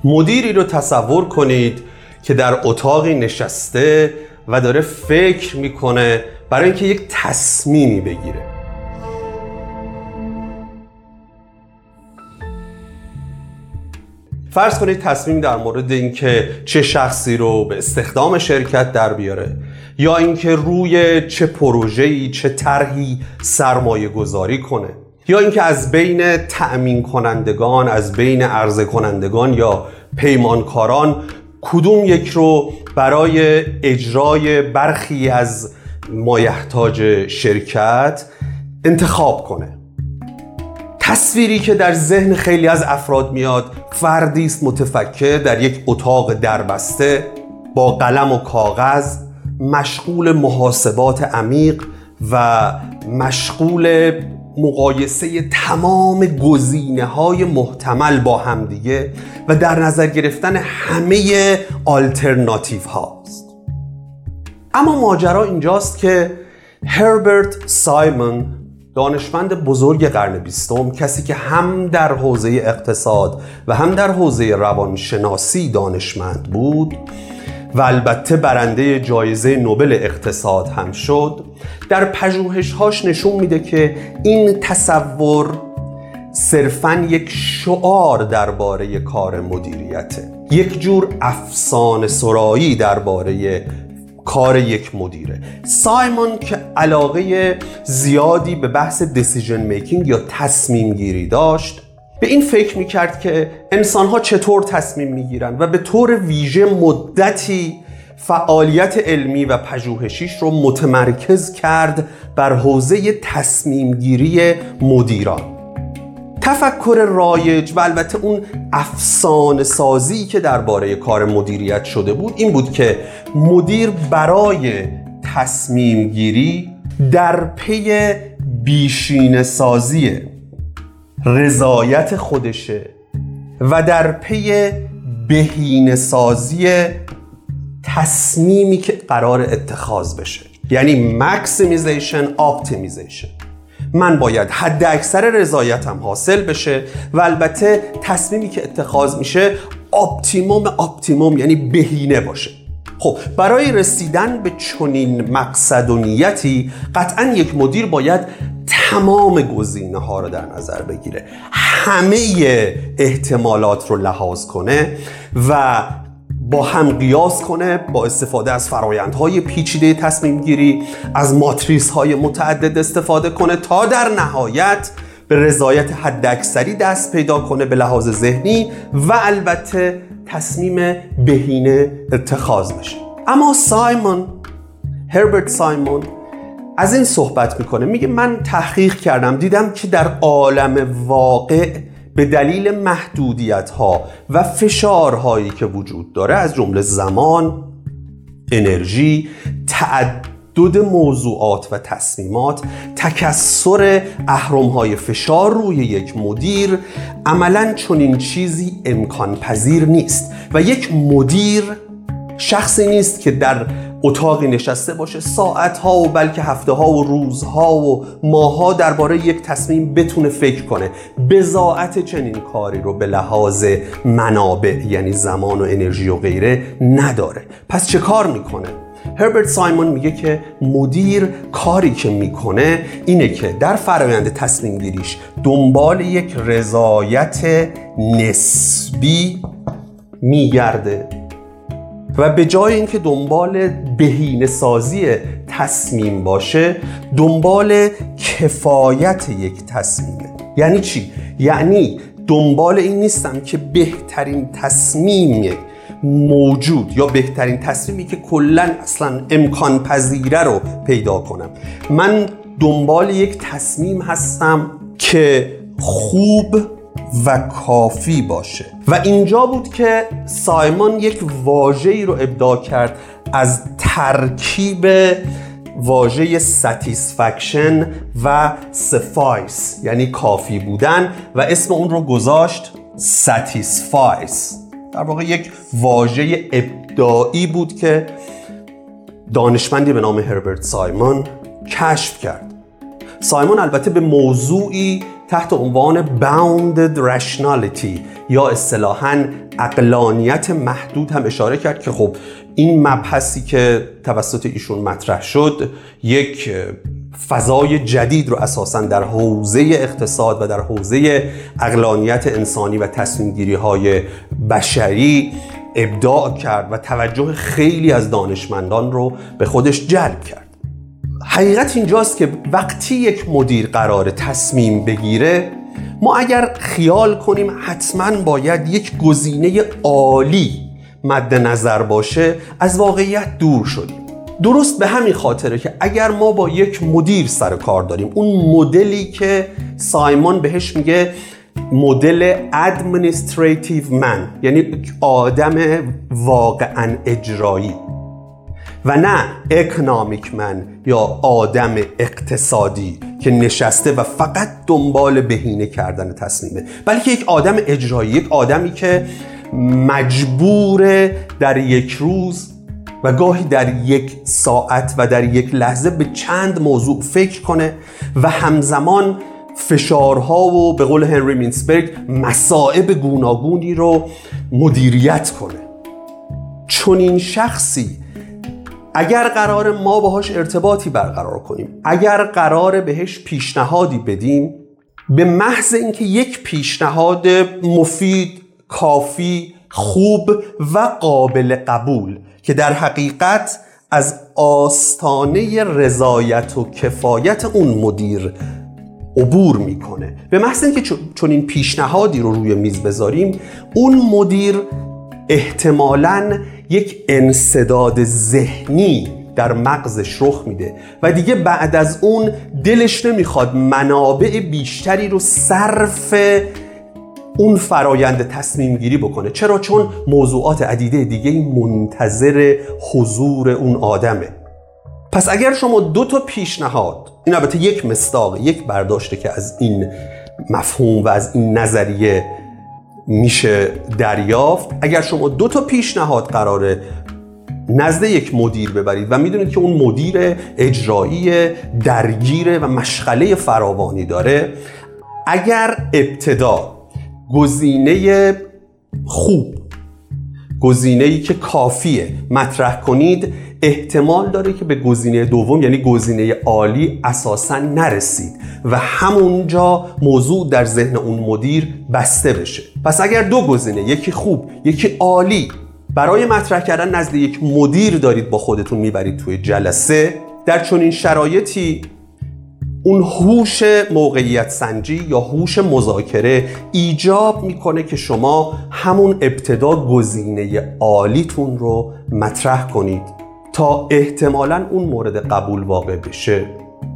مدیری رو تصور کنید که در اتاقی نشسته و داره فکر میکنه برای اینکه یک تصمیمی بگیره. فرض کنید تصمیم در مورد اینکه چه شخصی رو به استخدام شرکت در بیاره یا اینکه روی چه پروژه‌ای چه طرحی سرمایه گذاری کنه یا اینکه از بین تأمین کنندگان، از بین عرضه کنندگان یا پیمانکاران کدوم یک رو برای اجرای برخی از مایحتاج شرکت انتخاب کنه. تصویری که در ذهن خیلی از افراد میاد فردی است متفکر در یک اتاق دربسته با قلم و کاغذ مشغول محاسبات عمیق و مشغول مقایسه تمام گزینه‌های محتمل با همدیگه و در نظر گرفتن همه آلترناتیو هاست. اما ماجرا اینجاست که هربرت سایمون، دانشمند بزرگ قرن 20، کسی که هم در حوزه اقتصاد و هم در حوزه روانشناسی دانشمند بود و البته برنده جایزه نوبل اقتصاد هم شد، در پژوهش‌هاش نشون میده که این تصور صرفاً یک شعار درباره کار مدیریته، یک جور افسانه سرایی درباره کار یک مدیره. سایمون که علاقه زیادی به بحث دیسیژن میکینگ یا تصمیم گیری داشت، به این فکر میکرد که انسان‌ها چطور تصمیم میگیرن و به طور ویژه مدتی فعالیت علمی و پژوهشیش رو متمرکز کرد بر حوزه تصمیم گیری مدیران. تفکر رایج و البته اون افسانه سازی که درباره کار مدیریت شده بود این بود که مدیر برای تصمیم گیری در پی بیشینه سازی رضایت خودشه و در پی بهینه سازی تصمیمی که قرار اتخاذ بشه، یعنی ماکسیمیزیشن اپتیمیزیشن. من باید حد اکثر رضایتم حاصل بشه و البته تصمیمی که اتخاذ میشه اپتیموم یعنی بهینه باشه. خب برای رسیدن به چنین مقصد و نیتی قطعاً یک مدیر باید تمام گزینه ها رو در نظر بگیره، همه احتمالات رو لحاظ کنه و با هم قیاس کنه، با استفاده از فرآیندهای پیچیده تصمیم گیری از ماتریس های متعدد استفاده کنه تا در نهایت به رضایت حداکثری دست پیدا کنه به لحاظ ذهنی و البته تصمیم بهینه اتخاذ بشه. اما هربرت سایمون از این صحبت میکنه، میگه من تحقیق کردم، دیدم که در عالم واقع به دلیل محدودیت‌ها و فشارهایی که وجود داره، از جمله زمان، انرژی، تعدد موضوعات و تصمیمات، تکثر اهرم‌های فشار روی یک مدیر، عملاً چنین چیزی امکان پذیر نیست و یک مدیر شخصی نیست که در اتاقی نشسته باشه ساعتها و بلکه هفته‌ها و روزها و ماه‌ها درباره یک تصمیم بتونه فکر کنه. بضاعت چنین کاری رو به لحاظ منابع یعنی زمان و انرژی و غیره نداره. پس چه کار میکنه؟ هربرت سایمون میگه که مدیر کاری که میکنه اینه که در فرآیند تصمیم گیریش دنبال یک رضایت نسبی میگرده و به جای اینکه دنبال بهینه سازی تصمیم باشه دنبال کفایت یک تصمیمه. یعنی چی؟ یعنی دنبال این نیستم که بهترین تصمیم موجود یا بهترین تصمیمی که کلن اصلا امکان پذیره رو پیدا کنم. من دنبال یک تصمیم هستم که خوب و کافی باشه. و اینجا بود که سایمون یک واژه‌ای رو ابداع کرد از ترکیب واژه satisfaction و suffice یعنی کافی بودن و اسم اون رو گذاشت satisfice. در واقع یک واژه ابداعی بود که دانشمندی به نام هربرت سایمون کشف کرد. سایمون البته به موضوعی تحت عنوان bounded rationality یا اصطلاحاً عقلانیت محدود هم اشاره کرد که خب این مبحثی که توسط ایشون مطرح شد یک فضای جدید رو اساساً در حوزه اقتصاد و در حوزه عقلانیت انسانی و تصمیم گیری های بشری ابداع کرد و توجه خیلی از دانشمندان رو به خودش جلب کرد. حقیقت اینجاست که وقتی یک مدیر قرار تصمیم بگیره، ما اگر خیال کنیم حتماً باید یک گزینه عالی مد نظر باشه، از واقعیت دور شدیم. درست به همین خاطره که اگر ما با یک مدیر سر کار داریم، اون مدلی که سایمون بهش میگه مدل administrative man، یعنی آدم واقعاً اجرایی و نه اکونومیک من یا آدم اقتصادی که نشسته و فقط دنبال بهینه کردن تصمیمه، بلکه یک آدم اجرایی، یک آدمی که مجبوره در یک روز و گاهی در یک ساعت و در یک لحظه به چند موضوع فکر کنه و همزمان فشارها و به قول هنری مینسبرگ مصائب گوناگونی رو مدیریت کنه. چون این شخصی اگر قرار ما باهاش ارتباطی برقرار کنیم، اگر قرار بهش پیشنهادی بدیم، به محض اینکه یک پیشنهاد مفید، کافی، خوب و قابل قبول که در حقیقت از آستانه رضایت و کفایت اون مدیر عبور میکنه، به محض اینکه چون این پیشنهادی رو روی میز بذاریم، اون مدیر احتمالاً یک انسداد ذهنی در مغزش رخ میده و دیگه بعد از اون دلش نمیخواد منابع بیشتری رو صرف اون فرایند تصمیم گیری بکنه. چرا؟ چون موضوعات عدیده دیگه منتظر حضور اون آدمه. پس اگر شما 2 تا پیشنهاد، این البته یک مصداق، یک برداشته که از این مفهوم و از این نظریه میشه دریافت، اگر شما 2 تا پیشنهاد قراره نزد یک مدیر ببرید و میدونید که اون مدیر اجرایی درگیره و مشغله فراوانی داره، اگر ابتدا گزینه خوب، گزینه‌ای که کافیه مطرح کنید، احتمال داره که به گزینه دوم یعنی گزینه عالی اساساً نرسید و همونجا موضوع در ذهن اون مدیر بسته بشه. پس اگر 2 گزینه، یکی خوب یکی عالی، برای مطرح کردن نزد یک مدیر دارید با خودتون میبرید توی جلسه، در چنین شرایطی اون هوش موقعیت سنجی یا هوش مذاکره ایجاب میکنه که شما همون ابتدا گزینه عالیتون رو مطرح کنید تا احتمالاً اون مورد قبول واقع بشه،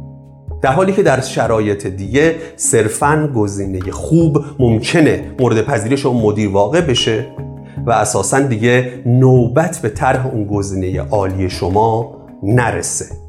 در حالی که در شرایط دیگه صرفاً گزینه خوب ممکنه مورد پذیرش اون مدیر واقع بشه و اساساً دیگه نوبت به طرح اون گزینه عالی شما نرسه.